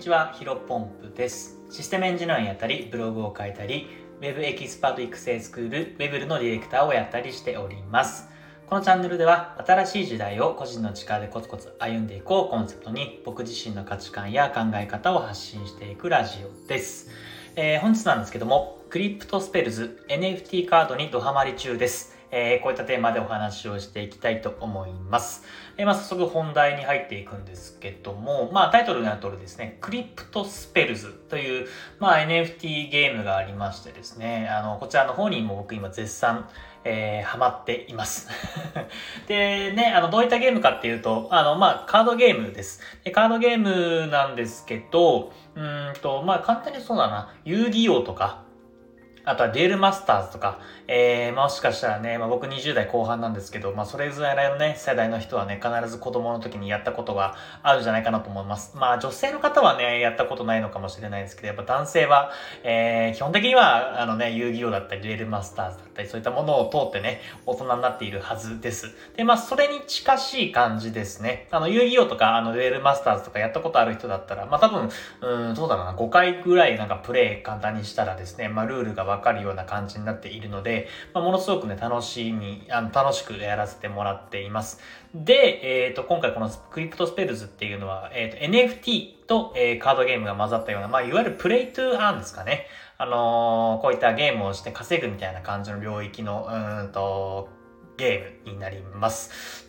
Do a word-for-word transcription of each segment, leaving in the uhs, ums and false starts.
ちは、ヒロポンプです。システムエンジニアをやったり、ブログを書いたり、ウェブエキスパート育成スクール、ウェブルのディレクターをやったりしております。このチャンネルでは、新しい時代を個人の力でコツコツ歩んでいこうコンセプトに、僕自身の価値観や考え方を発信していくラジオです。えー、本日なんですけども、クリプトスペルズ エヌエフティー カードにドハマり中です。えー、こういったテーマでお話をしていきたいと思います。えー、まあ、早速本題に入っていくんですけども、まあ、タイトルにある通りですね、クリプトスペルズという、まあ、エヌエフティー ゲームがありましてですね、あの、こちらの方にも僕今絶賛、えー、ハマっています。で、ね、あの、どういったゲームかっていうと、あの、まあ、カードゲームです。でカードゲームなんですけど、うーんと、まあ、簡単にそうだな、遊戯王とか、あとはデュエルマスターズとか、えー、もしかしたらね、まあ、僕にじゅう代後半なんですけど、まあ、それぐらいのね、世代の人はね、必ず子供の時にやったことがあるんじゃないかなと思います。まあ、女性の方はね、やったことないのかもしれないですけど、やっぱ男性は、えー、基本的には、あのね、遊戯王だったり、デュエルマスターズだったり、そういったものを通ってね、大人になっているはずです。で、まあ、それに近しい感じですね。あの、遊戯王とか、あの、デュエルマスターズとかやったことある人だったら、まあ、多分、うん、そうだろうな、ごかいぐらいなんかプレイ簡単にしたらですね、まあ、ルールがわかるような感じになっているので、まあ、ものすごくね、楽しみ、あの、楽しくやらせてもらっています。で、えっと、今回このクリプトスペルズっていうのは、えっと、エヌエフティー と、えー、カードゲームが混ざったような、まあ、いわゆるプレイトゥーアーンですかね。あのー、こういったゲームをして稼ぐみたいな感じの領域の、うーんと、ゲームになります。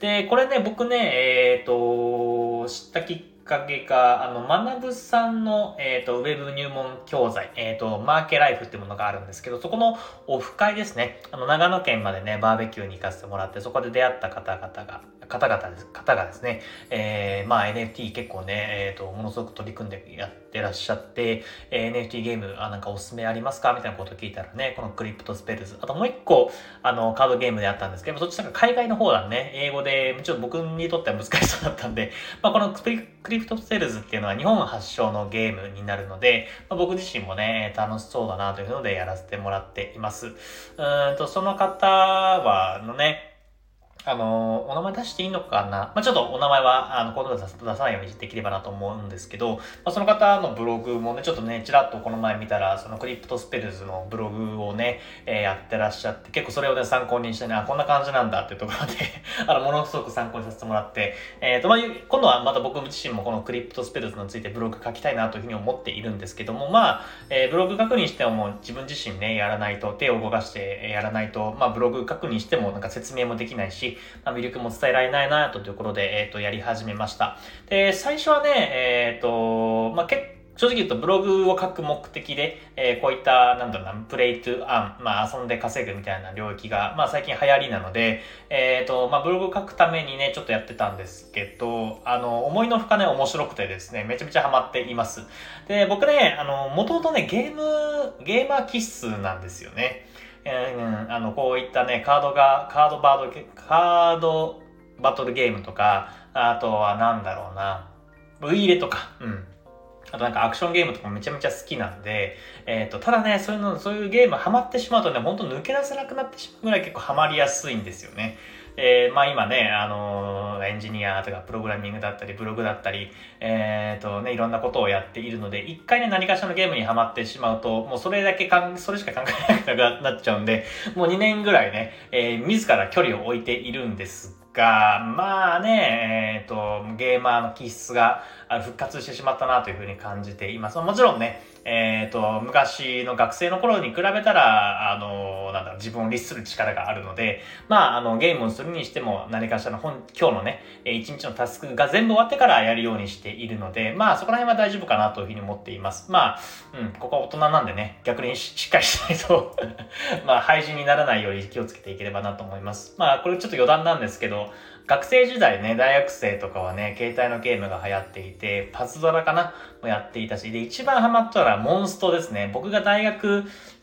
で、これね、僕ね、えっと、知ったきっかけが、あの、学ぶさんの、えっと、ウェブ入門教材、えっと、マーケライフっていうものがあるんですけど、そこのオフ会ですね。あの、長野県までね、バーベキューに行かせてもらって、そこで出会った方々が、方々です、方がですね、えー、まあ エヌエフティー 結構ね、えっと、ものすごく取り組んでやってらっしゃって、エヌエフティー ゲーム、あ、なんかおすすめありますかみたいなことを聞いたらね、このクリプトスペルズ。あともう一個、あの、カードゲームであったんですけど、そっちなんか海外の方だね、英語で、もちろん僕にとっては難しそうだったんで、まあ、このクリプトスペルズっていうのは日本発祥のゲームになるので、まあ、僕自身もね、楽しそうだなというのでやらせてもらっています。うーんと、その方は、のね、あの、お名前出していいのかな、まあ、ちょっとお名前は、あの、この出さないようにできればなと思うんですけど、まあ、その方のブログもね、ちょっとね、ちらっとこの前見たら、そのクリプトスペルズのブログをね、えー、やってらっしゃって、結構それをね、参考にしてね、あ、こんな感じなんだっていうところであの、ものすごく参考にさせてもらって、えっと、まあ、今度はまた僕自身もこのクリプトスペルズについてブログ書きたいなというふうに思っているんですけども、まあ、えー、ブログ書くにしても自分自身ね、やらないと、手を動かしてやらないと、まあ、ブログ書くにしてもなんか説明もできないし、まあ、魅力も伝えられないなというところで、えっと、やり始めました。で、最初はね、えっと、まあ、結構、正直言うとブログを書く目的で、えー、こういった、なんだろうな、プレイトゥアン、まあ遊んで稼ぐみたいな領域が、まあ最近流行りなので、えっと、まあブログを書くためにね、ちょっとやってたんですけど、あの、思いのほかね、面白くてですね、めちゃめちゃハマっています。で、僕ね、あの、もともとね、ゲーム、ゲーマー気質なんですよね。えー、あの、こういったね、カードが、カードバード、カードバトルゲームとか、あとはなんだろうな、ウイイレとか、うん。あとなんかアクションゲームとかもめちゃめちゃ好きなんで、えっと、ただね、そういうの、そういうゲームハマってしまうとね、ほんと抜け出せなくなってしまうぐらい結構ハマりやすいんですよね。えー、まあ今ね、あのー、エンジニアとかプログラミングだったり、ブログだったり、えっとね、いろんなことをやっているので、一回ね、何かしらのゲームにハマってしまうと、もうそれだけかん、それしか考えなくなっちゃうんで、もうにねんぐらいね、えー、自ら距離を置いているんですが、まあね、えっと、ゲーマーの気質が復活してしまったなというふうに感じています。もちろんね、えっと、昔の学生の頃に比べたら、あの、なんだろう、自分を律する力があるので、まあ、あの、ゲームをするにしても何かしらの本、今日のね、一日のタスクが全部終わってからやるようにしているので、まあ、そこら辺は大丈夫かなというふうに思っています。まあ、うん、ここは大人なんでね、逆にしっかりしないとまあ、廃人にならないように気をつけていければなと思います。まあ、これちょっと余談なんですけど、学生時代ね、大学生とかはね、携帯のゲームが流行っていて、パズドラかなもやっていたし、で、一番ハマったのはモンストですね。僕が大学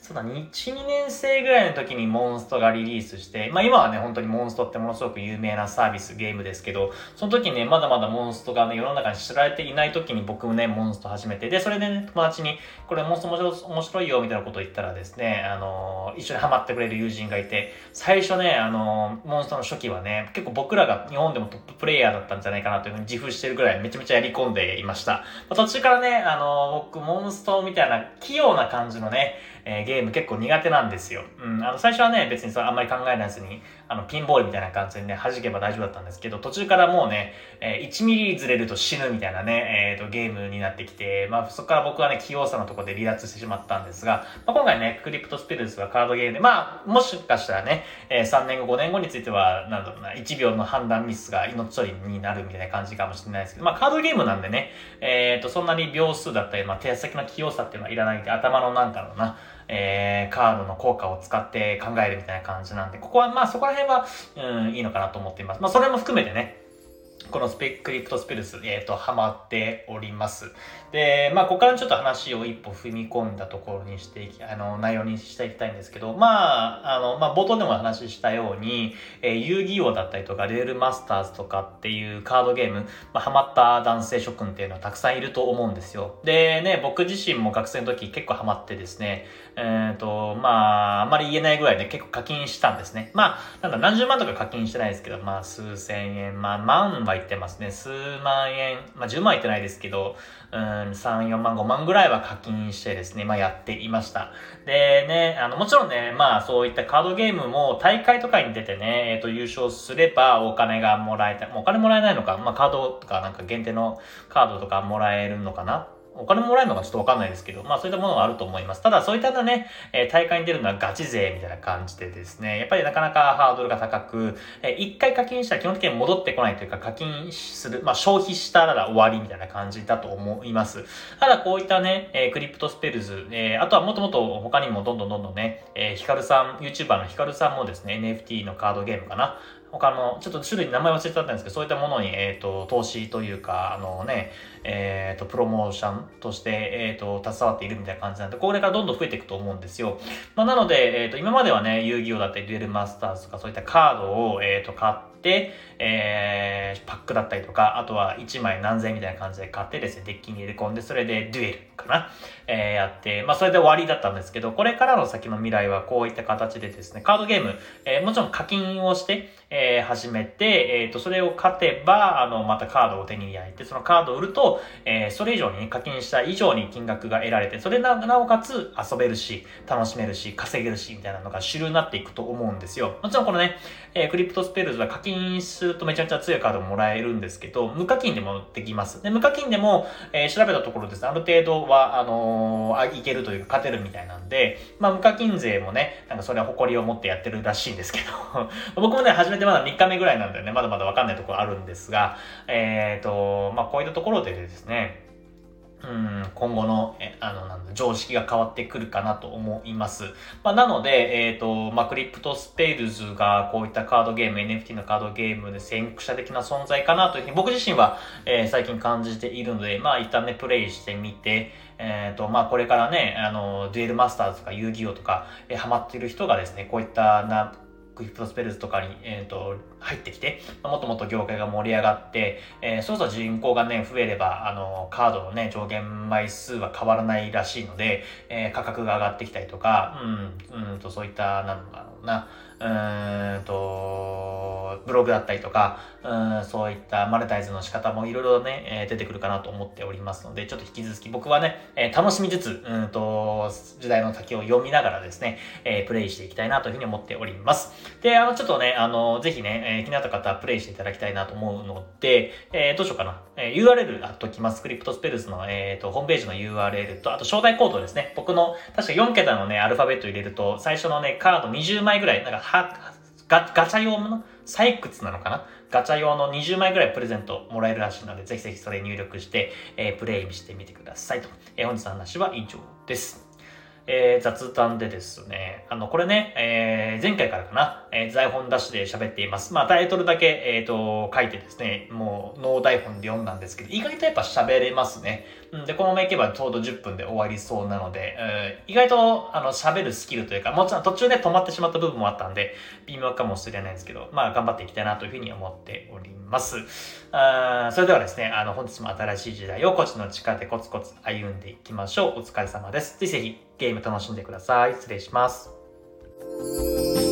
そうだ、いち、にねん生ぐらいの時にモンストがリリースして、まあ今はね、本当にモンストってものすごく有名なサービス、ゲームですけど、その時ね、まだまだモンストがね、世の中に知られていない時に僕もね、モンスト始めて、で、それでね、友達に、これモンスト面白い面白いよ、みたいなことを言ったらですね、あのー、一緒にハマってくれる友人がいて、最初ね、あのー、モンストの初期はね、結構僕らが日本でもトッププレイヤーだったんじゃないかなというふうに自負してるぐらいめちゃめちゃやり込んでいました。まあ、途中からね、あのー、僕、モンストみたいな器用な感じのね、えー、ゲーム結構苦手なんですよ。うん、あの、最初はね、別にそれあんまり考えないずに、あの、ピンボールみたいな感じでね、弾けば大丈夫だったんですけど、途中からもうね、えー、いちミリずれると死ぬみたいなね、えーと、ゲームになってきて、まあ、そこから僕はね、器用さのところで離脱してしまったんですが、まあ、今回ね、クリプトスピルスはカードゲームで、まあ、もしかしたらね、えー、さんねんご、ごねんごについては、なんだろうな、いちびょうの判断ミスが命取りになるみたいな感じかもしれないですけど、まあ、カードゲームなんでね、えーと、そんなに秒数だったり、まあ、手先の器用さっていうのはいらないんで、頭のなんだろうな、えー、カードの効果を使って考えるみたいな感じなんで、ここはまあそこら辺は、うん、いいのかなと思っています。まあそれも含めてね、このスペクリプトスピルス、えっ、ー、と、ハマっております。で、まあ、ここからちょっと話を一歩踏み込んだところにしていき、あの、内容にしていきたいんですけど、まあ、あの、まあ、冒頭でも話したように、えー、遊戯王だったりとか、レールマスターズとかっていうカードゲーム、まあ、ハマった男性諸君っていうのはたくさんいると思うんですよ。で、ね、僕自身も学生の時結構ハマってですね、えっ、ー、と、まあ、あんまり言えないぐらいで結構課金したんですね。まあ、なんだ、何十万とか課金してないですけど、まあ、数千円、まあ、万は言ってますね。数万円、まあ、じゅうまん言ってないですけど、うん、さん、よんまん、ごまんぐらいは課金してですね、まあ、やっていました。でね、あの、もちろんね、まあ、そういったカードゲームも大会とかに出てね、えっ、ー、と、優勝すればお金がもらえた、もうお金もらえないのか、まあ、カードとかなんか限定のカードとかもらえるのかな。お金もらえるのかちょっとわかんないですけど、まあそういったものがあると思います。ただそういったね、えー、大会に出るのはガチ勢みたいな感じでですね、やっぱりなかなかハードルが高く、えー、一回課金したら基本的に戻ってこないというか課金する、まあ消費したら終わりみたいな感じだと思います。ただこういったね、えー、クリプトスペルズ、えー、あとはもっともっと他にもどんどんどんどんね、えー、ヒカルさん、YouTuber のヒカルさんもですね、エヌエフティー のカードゲームかな。他の、ちょっと種類名前忘れちゃったんですけど、そういったものに、えっ、ー、と、投資というか、あのね、えっ、ー、と、プロモーションとして、えっ、ー、と、携わっているみたいな感じなんで、これからどんどん増えていくと思うんですよ。まあ、なので、えっ、と、今まではね、遊戯王だったり、デュエルマスターズとか、そういったカードを、えっ、と、買って、えー、パックだったりとか、あとはいちまい何千みたいな感じで買ってですね、デッキに入れ込んで、それでデュエルかな、えー、やって、まあ、それで終わりだったんですけど、これからの先の未来はこういった形でですね、カードゲーム、えー、もちろん課金をして、えー、始めて、えっ、ー、と、それを勝てば、あの、またカードを手に入れて、そのカードを売ると、えー、それ以上に、ね、課金した以上に金額が得られて、それな、なおかつ遊べるし、楽しめるし、稼げるし、みたいなのが主流になっていくと思うんですよ。もちろんこのね、えー、クリプトスペルズは課金するとめちゃめちゃ強いカードももらえるんですけど、無課金でもできます。で、無課金でも、えー、調べたところですね、ある程度は、あのー、いけるというか、勝てるみたいなんで、まあ、無課金税もね、なんかそれは誇りを持ってやってるらしいんですけど、僕もね、初めてまだみっかめぐらいなんでね、まだまだわかんないところあるんですが、えっ、ー、と、まあ、こういったところでですね、うん、今後の、え、あの、なんだ、常識が変わってくるかなと思います。まあ、なので、えっ、ー、と、まあ、クリプトスペルズがこういったカードゲーム、エヌエフティー のカードゲームで先駆者的な存在かなというふうに僕自身は、えー、最近感じているので、まあ、一旦ね、プレイしてみて、えっ、ー、と、まあ、これからね、あの、デュエルマスターズとか遊戯王とか、えー、ハマっている人がですね、こういったな、クリプトスペルズとかに、えっ、ー、と、入ってきて、もっともっと業界が盛り上がって、えー、そうそう人口がね、増えれば、あの、カードのね、上限枚数は変わらないらしいので、えー、価格が上がってきたりとか、うん、うんと、そういった、なんだろうな、うーんと、ブログだったりとか、うん、そういったマネタイズの仕方もいろいろね、えー、出てくるかなと思っておりますので、ちょっと引き続き僕はね、えー、楽しみつつ、うんと、時代の先を読みながらですね、えー、プレイしていきたいなというふうに思っております。で、あの、ちょっとね、あの、ぜひね、えー、気になった方はプレイしていただきたいなと思うので、えー、どうしようかな。えー、ユーアールエル 貼っときます。クリプトスペルスの、えっと、ホームページの ユーアールエル と、あと招待コードですね。僕の、確かよんけたのね、アルファベット入れると、最初のね、カードにじゅうまいぐらい、なんか、は、ガ、ガチャ用の採掘なのかな、ガチャ用のにじゅうまいぐらいプレゼントもらえるらしいので、ぜひぜひそれ入力して、えー、プレイしてみてくださいと。えー、本日の話は以上です。 えー、雑談でですね、あの、これね、えー、前回からかな、えー、台本出しで喋っています。まあ、タイトルだけ、えっと、書いてですね、もう、ノー台本で読んだんですけど、意外とやっぱ喋れますね。うん、で、このままいけばちょうどじゅっぷんで終わりそうなので、えー、意外と、あの、喋るスキルというか、もちろん途中で止まってしまった部分もあったんで、微妙かもしれないですけど、まあ、頑張っていきたいなというふうに思っております。あそれではですね、あの、本日も新しい時代を個人の力でコツコツ歩んでいきましょう。お疲れ様です。ぜひぜひゲーム楽しんでください。失礼します。